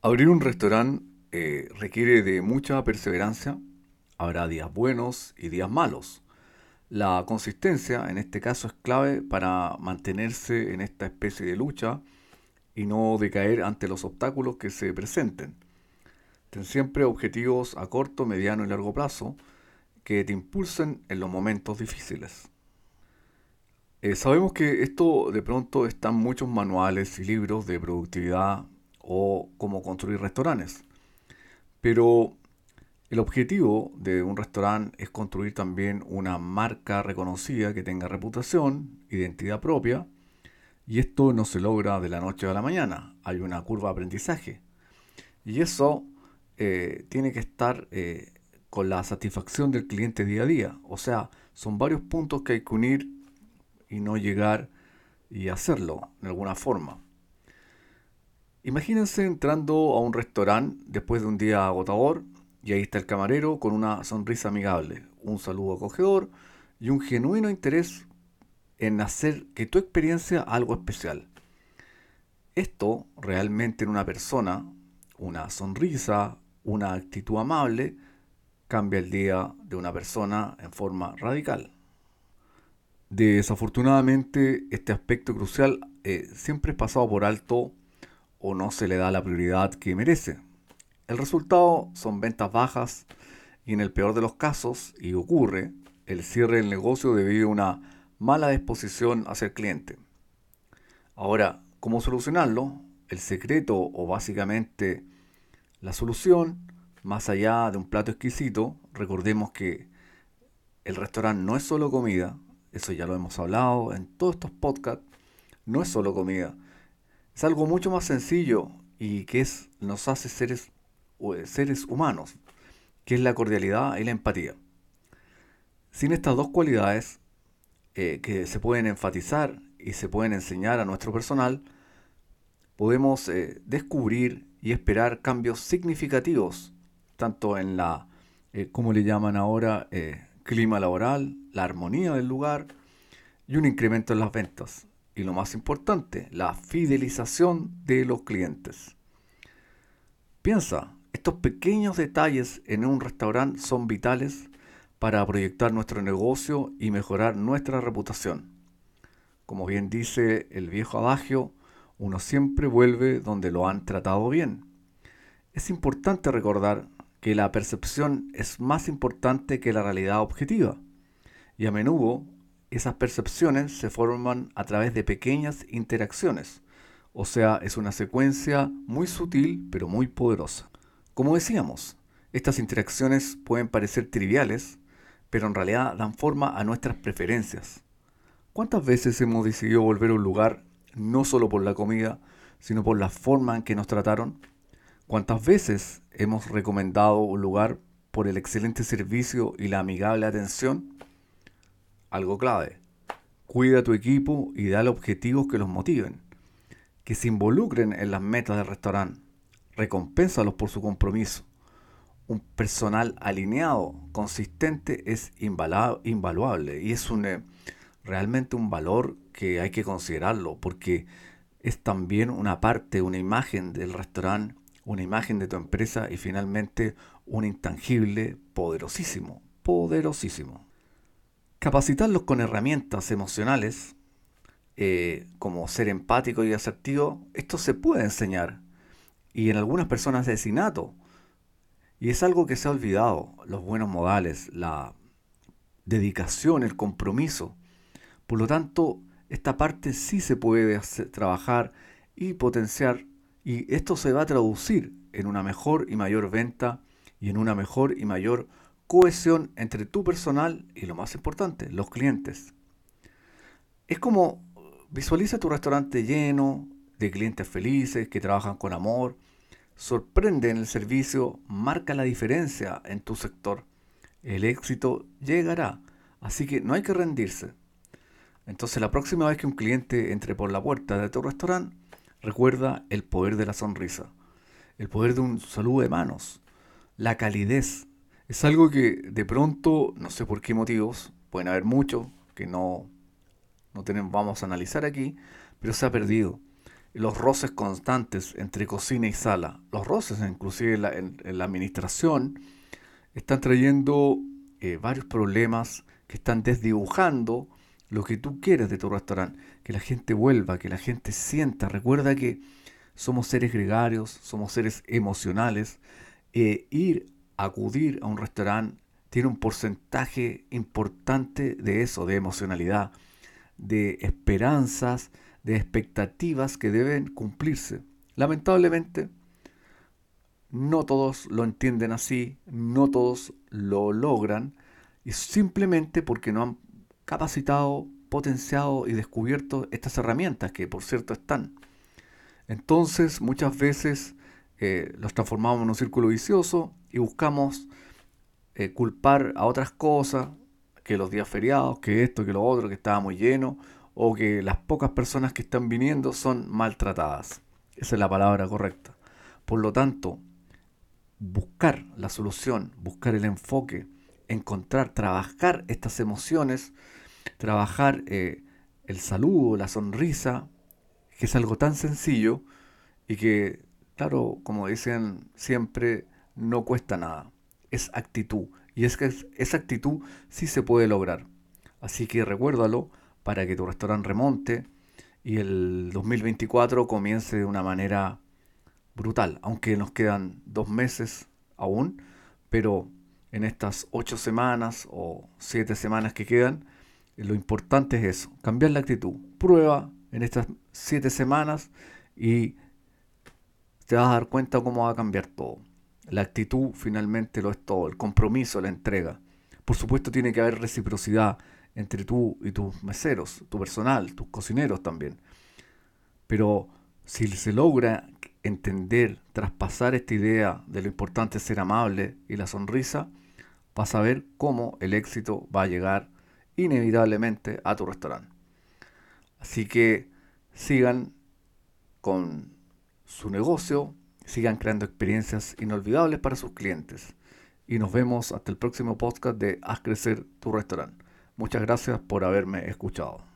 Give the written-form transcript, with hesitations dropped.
Abrir un restaurante requiere de mucha perseverancia. Habrá días buenos y días malos. La consistencia, en este caso, es clave para mantenerse en esta especie de lucha y no decaer ante los obstáculos que se presenten. Ten siempre objetivos a corto, mediano y largo plazo que te impulsen en los momentos difíciles. Sabemos que esto de pronto están muchos manuales y libros de productividad o cómo construir restaurantes, pero el objetivo de un restaurante es construir también una marca reconocida que tenga reputación, identidad propia, y esto no se logra de la noche a la mañana. Hay una curva de aprendizaje. Y eso tiene que estar con la satisfacción del cliente día a día. O sea, son varios puntos que hay que unir y no llegar y hacerlo de alguna forma. Imagínense entrando a un restaurante después de un día agotador y ahí está el camarero con una sonrisa amigable, un saludo acogedor y un genuino interés en hacer que tu experiencia algo especial. Esto realmente en una persona, una sonrisa, una actitud amable, cambia el día de una persona en forma radical. Desafortunadamente, este aspecto crucial siempre es pasado por alto o no se le da la prioridad que merece. El resultado son ventas bajas y en el peor de los casos, y ocurre, el cierre del negocio debido a una mala disposición hacia el cliente. Ahora, ¿cómo solucionarlo? El secreto o básicamente la solución, más allá de un plato exquisito, recordemos que el restaurante no es solo comida, eso ya lo hemos hablado en todos estos podcasts, no es solo comida, es algo mucho más sencillo y que nos hace seres humanos, que es la cordialidad y la empatía. Sin estas dos cualidades que se pueden enfatizar y se pueden enseñar a nuestro personal, podemos descubrir y esperar cambios significativos, tanto en la, como le llaman ahora, clima laboral, la armonía del lugar y un incremento en las ventas. Y lo más importante, la fidelización de los clientes. Piensa, estos pequeños detalles en un restaurante son vitales para proyectar nuestro negocio y mejorar nuestra reputación. Como bien dice el viejo adagio, uno siempre vuelve donde lo han tratado bien. Es importante recordar que la percepción es más importante que la realidad objetiva, y a menudo esas percepciones se forman a través de pequeñas interacciones, o sea, es una secuencia muy sutil pero muy poderosa. Como decíamos, estas interacciones pueden parecer triviales, pero en realidad dan forma a nuestras preferencias. ¿Cuántas veces hemos decidido volver a un lugar no solo por la comida, sino por la forma en que nos trataron? ¿Cuántas veces hemos recomendado un lugar por el excelente servicio y la amigable atención? Algo clave. Cuida a tu equipo y dale objetivos que los motiven, que se involucren en las metas del restaurante. Recompénsalos por su compromiso. Un personal alineado, consistente, es invaluable y es realmente un valor que hay que considerarlo porque es también una parte, una imagen del restaurante, una imagen de tu empresa y finalmente un intangible poderosísimo, poderosísimo. Capacitarlos con herramientas emocionales, como ser empático y asertivo, esto se puede enseñar y en algunas personas es innato. Y es algo que se ha olvidado, los buenos modales, la dedicación, el compromiso. Por lo tanto, esta parte sí se puede trabajar y potenciar y esto se va a traducir en una mejor y mayor venta y en una mejor y mayor cohesión entre tu personal y lo más importante, los clientes. Es como visualiza tu restaurante lleno de clientes felices que trabajan con amor, sorprende en el servicio, marca la diferencia en tu sector. El éxito llegará, así que no hay que rendirse. Entonces la próxima vez que un cliente entre por la puerta de tu restaurante, recuerda el poder de la sonrisa, el poder de un saludo de manos, la calidez. Es algo que de pronto, no sé por qué motivos, pueden haber muchos que no tenemos, vamos a analizar aquí, pero se ha perdido. los roces constantes entre cocina y sala, los roces inclusive en la administración, están trayendo varios problemas que están desdibujando lo que tú quieres de tu restaurante, que la gente vuelva, que la gente sienta. Recuerda que somos seres gregarios, somos seres emocionales. Acudir a un restaurante tiene un porcentaje importante de eso, de emocionalidad, de esperanzas, de expectativas que deben cumplirse. Lamentablemente, no todos lo entienden así, no todos lo logran, y simplemente porque no han capacitado, potenciado y descubierto estas herramientas que por cierto están. Entonces muchas veces los transformamos en un círculo vicioso y buscamos culpar a otras cosas, que los días feriados, que esto, que lo otro, que estaba muy lleno, o que las pocas personas que están viniendo son maltratadas. Esa es la palabra correcta. Por lo tanto, buscar la solución, buscar el enfoque, encontrar, trabajar estas emociones, trabajar el saludo, la sonrisa, que es algo tan sencillo y que, claro, como dicen siempre, no cuesta nada. Es actitud. Y es que esa actitud sí se puede lograr. Así que recuérdalo para que tu restaurante remonte y el 2024 comience de una manera brutal. Aunque nos quedan 2 meses aún, pero en estas 8 semanas o 7 semanas que quedan, lo importante es eso, cambiar la actitud. Prueba en estas 7 semanas y te vas a dar cuenta cómo va a cambiar todo. La actitud finalmente lo es todo, el compromiso, la entrega. Por supuesto tiene que haber reciprocidad entre tú y tus meseros, tu personal, tus cocineros también. Pero si se logra entender, traspasar esta idea de lo importante es ser amable y la sonrisa, vas a ver cómo el éxito va a llegar inevitablemente a tu restaurante. Así que sigan con su negocio, sigan creando experiencias inolvidables para sus clientes. Y nos vemos hasta el próximo podcast de Haz Crecer tu Restaurante. Muchas gracias por haberme escuchado.